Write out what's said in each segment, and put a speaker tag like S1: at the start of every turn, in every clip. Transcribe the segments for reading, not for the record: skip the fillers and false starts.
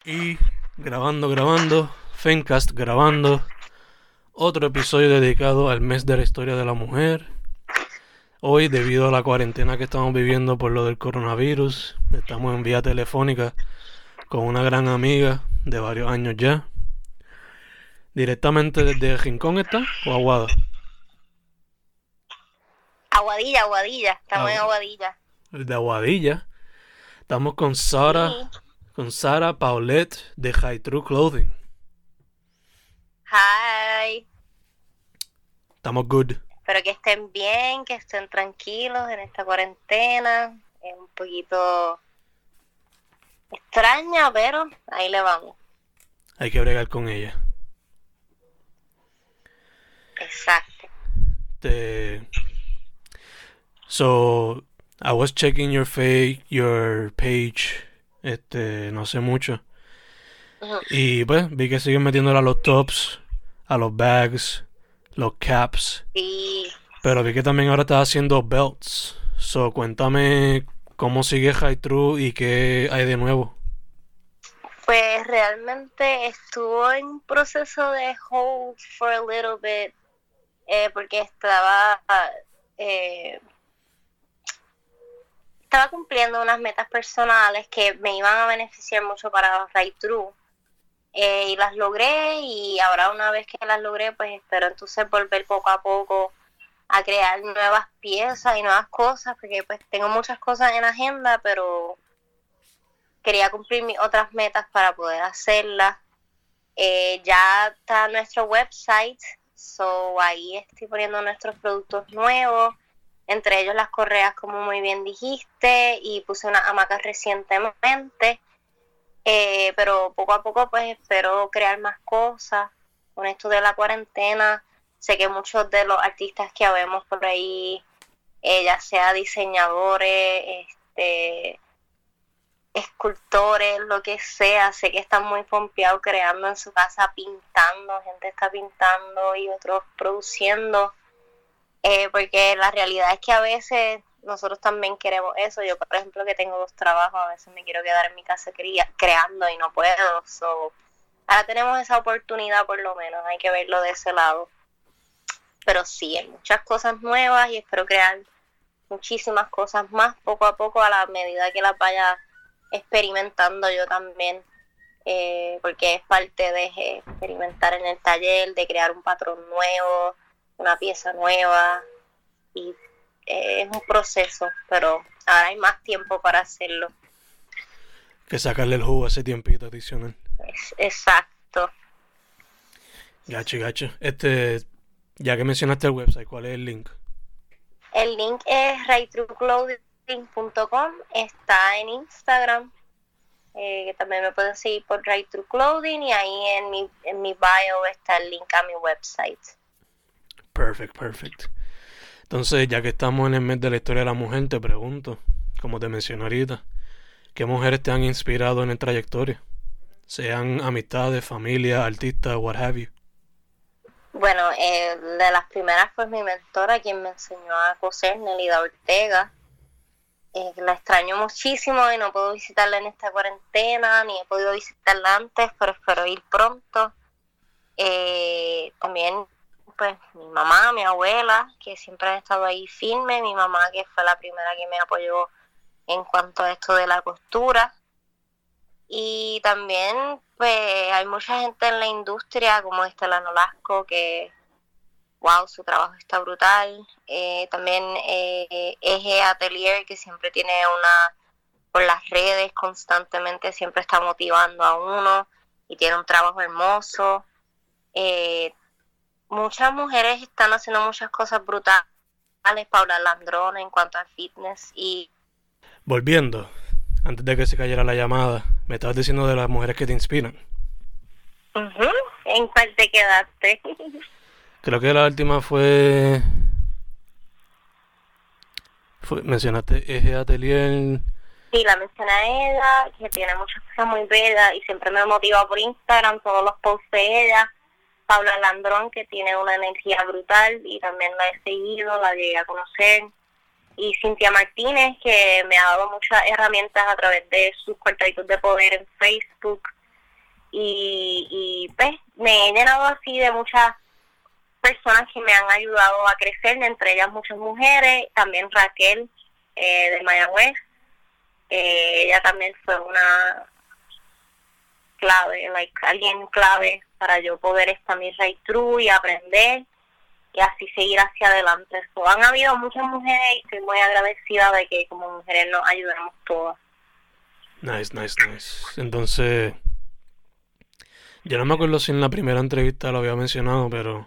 S1: Y grabando, Fencast grabando, otro episodio dedicado al mes de la historia de la mujer. Hoy, debido a la cuarentena que estamos viviendo por lo del coronavirus, estamos en vía telefónica con una gran amiga de varios años ya. Directamente desde Rincón está o Aguada.
S2: Aguadilla, estamos en
S1: Agu-
S2: Aguadilla.
S1: De Aguadilla. Estamos
S2: Sí.
S1: con Sara Paulette de High True Clothing.
S2: Hi.
S1: Estamos good.
S2: Espero que estén bien, que estén tranquilos en esta cuarentena. Es un poquito extraña, pero ahí le vamos.
S1: Hay que bregar con ella.
S2: Exacto.
S1: So, I was checking your page, no sé mucho.
S2: Ujú.
S1: Y pues vi que siguen metiéndole a los tops, a los bags, los caps.
S2: Sí.
S1: Pero vi que también ahora estás haciendo belts. So, cuéntame cómo sigue High True y qué hay de nuevo.
S2: Pues realmente estuvo en proceso de hold for a little bit porque eh, estaba cumpliendo unas metas personales que me iban a beneficiar mucho para Right True. Y las logré, y ahora una vez que las logré, pues espero entonces volver poco a poco a crear nuevas piezas y nuevas cosas, porque pues tengo muchas cosas en agenda, pero quería cumplir mis otras metas para poder hacerlas. Ya está nuestro website, so ahí estoy poniendo nuestros productos nuevos, entre ellos las correas, como muy bien dijiste, y puse unas hamacas recientemente. Pero poco a poco pues espero crear más cosas con esto de la cuarentena. Sé que muchos de los artistas que vemos por ahí, ya sea diseñadores, escultores, lo que sea, sé que están muy pompeados creando en su casa, pintando, gente está pintando y otros produciendo, porque la realidad es que a veces nosotros también queremos eso. Yo, por ejemplo, que tengo dos trabajos, a veces me quiero quedar en mi casa creando y no puedo. So, ahora tenemos esa oportunidad, por lo menos, hay que verlo de ese lado. Pero sí, hay muchas cosas nuevas y espero crear muchísimas cosas más poco a poco, a la medida que las vaya experimentando yo también, porque es parte de experimentar en el taller, de crear un patrón nuevo, una pieza nueva, y es un proceso, pero ahora hay más tiempo para hacerlo.
S1: Que sacarle el jugo a ese tiempito adicional.
S2: Exacto.
S1: Gacho, gacho. Ya que mencionaste el website, ¿cuál es el link?
S2: El link es raytrueclothing.com, está en Instagram, que también me pueden seguir por Right True Clothing, y ahí en mi bio está el link a mi website.
S1: Perfect. Entonces, ya que estamos en el mes de la historia de la mujer, te pregunto, como te mencioné ahorita, ¿qué mujeres te han inspirado en el trayectoria? Sean amistades, familia, artistas, what have you.
S2: Bueno, de las primeras fue mi mentora, quien me enseñó a coser, Nelida Ortega. La extraño muchísimo y no puedo visitarla en esta cuarentena, ni he podido visitarla antes, pero espero ir pronto. También, pues, mi mamá, mi abuela, que siempre han estado ahí firme, mi mamá, que fue la primera que me apoyó en cuanto a esto de la costura. Y también, pues, hay mucha gente en la industria, como Estela Nolasco, que, wow, su trabajo está brutal. También Eje Atelier, que siempre tiene por las redes constantemente, siempre está motivando a uno y tiene un trabajo hermoso. Muchas mujeres están haciendo muchas cosas brutales, Paula Landrón en cuanto a fitness y
S1: Volviendo, antes de que se cayera la llamada, me estabas diciendo de las mujeres que te inspiran.
S2: en cuál te quedaste.
S1: Creo que la última mencionaste Eje Atelier.
S2: Sí, la mencioné a ella, que tiene muchas cosas muy bellas y siempre me motiva por Instagram, todos los posts de ella. Paula Landrón, que tiene una energía brutal y también la he seguido, la llegué a conocer. Y Cintia Martínez, que me ha dado muchas herramientas a través de sus cuartaditos de poder en Facebook. y pues me he llenado así de muchas personas que me han ayudado a crecer, entre ellas muchas mujeres, también Raquel de Mayagüez, ella también fue una clave, alguien clave para yo poder estar mi right true y aprender y así seguir hacia adelante. So, han habido muchas mujeres y estoy muy agradecida de que como mujeres nos ayudemos todas.
S1: Nice. Entonces, yo no me acuerdo si en la primera entrevista lo había mencionado, pero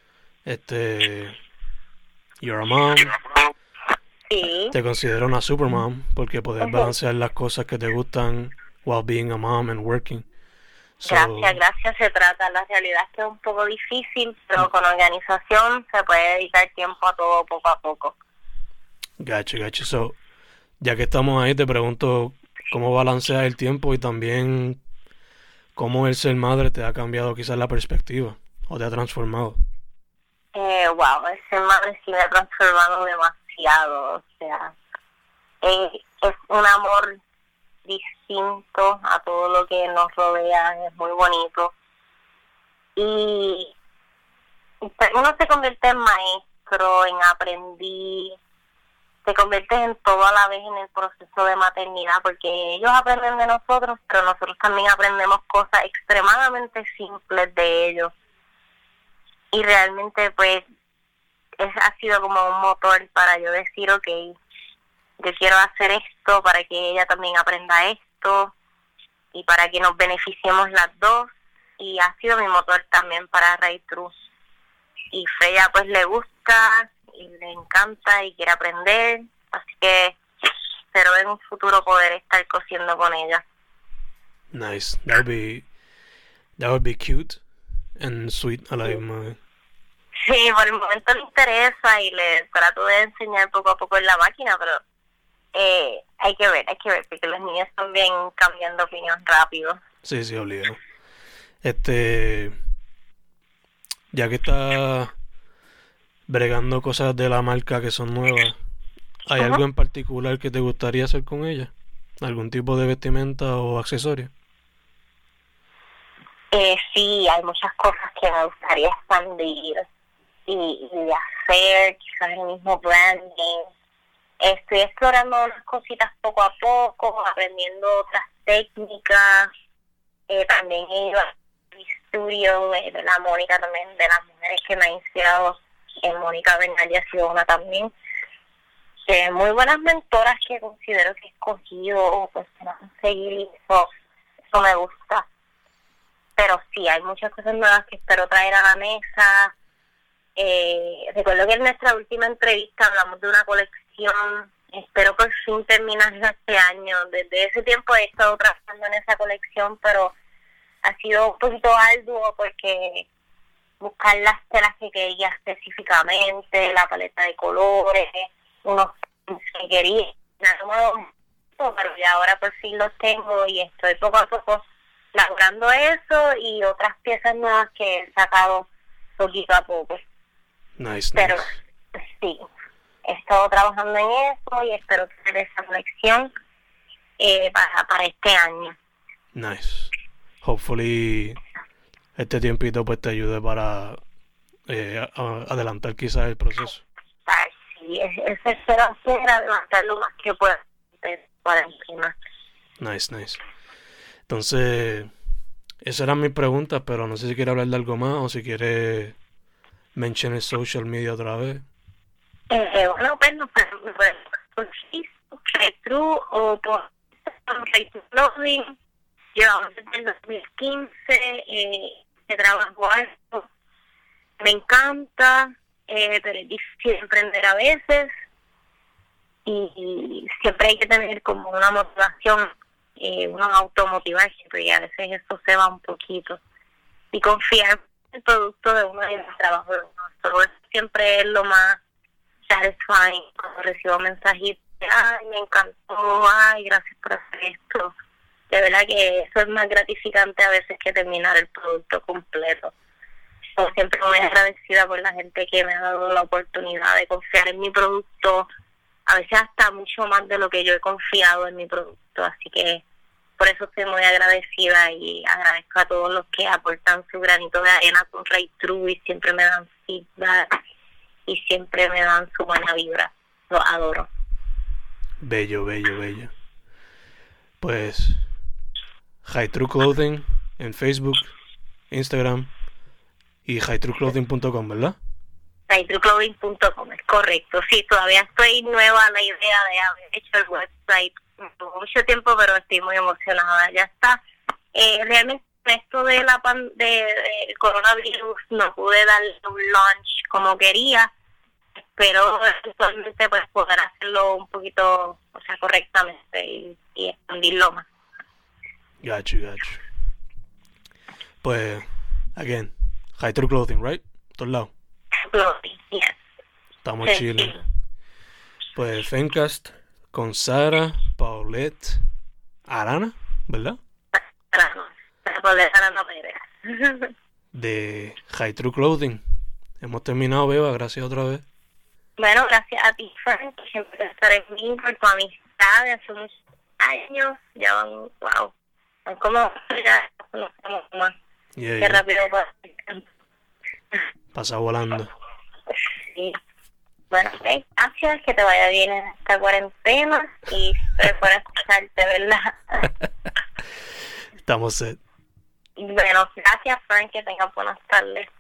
S1: you're a mom.
S2: Sí.
S1: Te considero una supermom porque puedes balancear las cosas que te gustan while being a mom and working. So,
S2: gracias se trata. La realidad es que es un poco difícil, pero con organización se puede dedicar tiempo a todo poco a poco.
S1: Gotcha. So, ya que estamos ahí, te pregunto cómo balanceas el tiempo y también cómo el ser madre te ha cambiado quizás la perspectiva o te ha transformado.
S2: Wow, el ser madre sí me ha transformado demasiado. O sea, es un amor distinto a todo lo que nos rodea, es muy bonito y uno se convierte en maestro, en aprendiz, se convierte en todo a la vez en el proceso de maternidad, porque ellos aprenden de nosotros, pero nosotros también aprendemos cosas extremadamente simples de ellos y realmente pues ha sido como un motor para yo decir okay, yo quiero hacer esto para que ella también aprenda esto y para que nos beneficiemos las dos, y ha sido mi motor también para Right True. Y Freya pues le gusta y le encanta y quiere aprender, así que espero en un futuro poder estar cosiendo con ella.
S1: Nice, that would be cute and sweet a la misma vez.
S2: Sí, por el momento le interesa y le trato de enseñar poco a poco en la máquina, pero hay que ver, porque los niños también cambian de opinión rápido.
S1: Sí, obligado. Ya que estás bregando cosas de la marca que son nuevas, ¿hay algo en particular que te gustaría hacer con ella? ¿Algún tipo de vestimenta o accesorio?
S2: Sí, hay muchas cosas que me gustaría expandir y hacer, quizás el mismo branding. Estoy explorando unas cositas poco a poco, aprendiendo otras técnicas. También he ido al estudio de la Mónica también, de las mujeres que me ha inspirado. Mónica Bernal ha sido una también. Muy buenas mentoras que considero que he escogido, personas a seguir, y eso me gusta. Pero sí, hay muchas cosas nuevas que espero traer a la mesa. Recuerdo que en nuestra última entrevista hablamos de una colección. Espero por fin terminarla este año. Desde ese tiempo he estado trabajando en esa colección, pero ha sido un poquito arduo porque buscar las telas que quería específicamente, la paleta de colores, unos que quería. Me ha tomado un poco, pero ya ahora por fin los tengo y estoy poco a poco logrando eso y otras piezas nuevas que he sacado poquito a poco.
S1: Nice.
S2: Pero sí, he estado trabajando en eso y espero tener esa colección para este año.
S1: Nice. Hopefully este tiempito pues te ayude para adelantar quizás el proceso.
S2: Sí, eso espero hacer, adelantar lo más que pueda para encima.
S1: Nice. Entonces, esas eran mis preguntas, pero no sé si quiere hablar de algo más o si quiere mencionar social media otra vez.
S2: Bueno, pues nos podemos ver por Facebook, Right True, o por Right True Clothing. Llevamos desde el 2015, he trabajado algo, me encanta, pero es difícil emprender a veces y siempre hay que tener como una motivación, uno automotivarse, porque a veces eso se va un poquito, y confiar en el producto de uno y en el trabajo de uno. Pero eso siempre es lo más satisfying cuando recibo mensajitos de ay, me encantó, ay, gracias por hacer esto. De verdad que eso es más gratificante a veces que terminar el producto completo. Yo siempre muy agradecida por la gente que me ha dado la oportunidad de confiar en mi producto, a veces hasta mucho más de lo que yo he confiado en mi producto, así que por eso estoy muy agradecida y agradezco a todos los que aportan su granito de arena con Right True y siempre me dan feedback y siempre me dan su buena vibra. Los adoro.
S1: Bello, bello, bello. Pues High True Clothing en Facebook, Instagram y hightrueclothing.com, ¿verdad?
S2: hightrueclothing.com, es correcto. Sí, todavía estoy nueva a la idea de haber hecho el website. Me tomó mucho tiempo, pero estoy muy emocionada. Ya está. Realmente esto de del coronavirus no pude darle un launch como quería, pero eventualmente pues poder hacerlo un poquito, o sea, correctamente y expandirlo más.
S1: Gacho. Pues, again, High True Clothing, right? Todos lados.
S2: Clothing, yes.
S1: Estamos chilling. Pues Fencast con Sara, Paulette, Arana, ¿verdad?
S2: Arana Pérez.
S1: De High True Clothing. Hemos terminado, Beba, gracias otra vez.
S2: Bueno, gracias a ti, Frank, que siempre estar en mí, por tu amistad de hace muchos años. Ya van, wow, van como, ya conocemos más. Qué rápido
S1: pasa volando.
S2: Sí. Bueno, okay, gracias, que te vaya bien en esta cuarentena y espero poder escucharte, ¿verdad?
S1: Estamos set.
S2: Bueno, gracias, Frank, que tengas buenas tardes.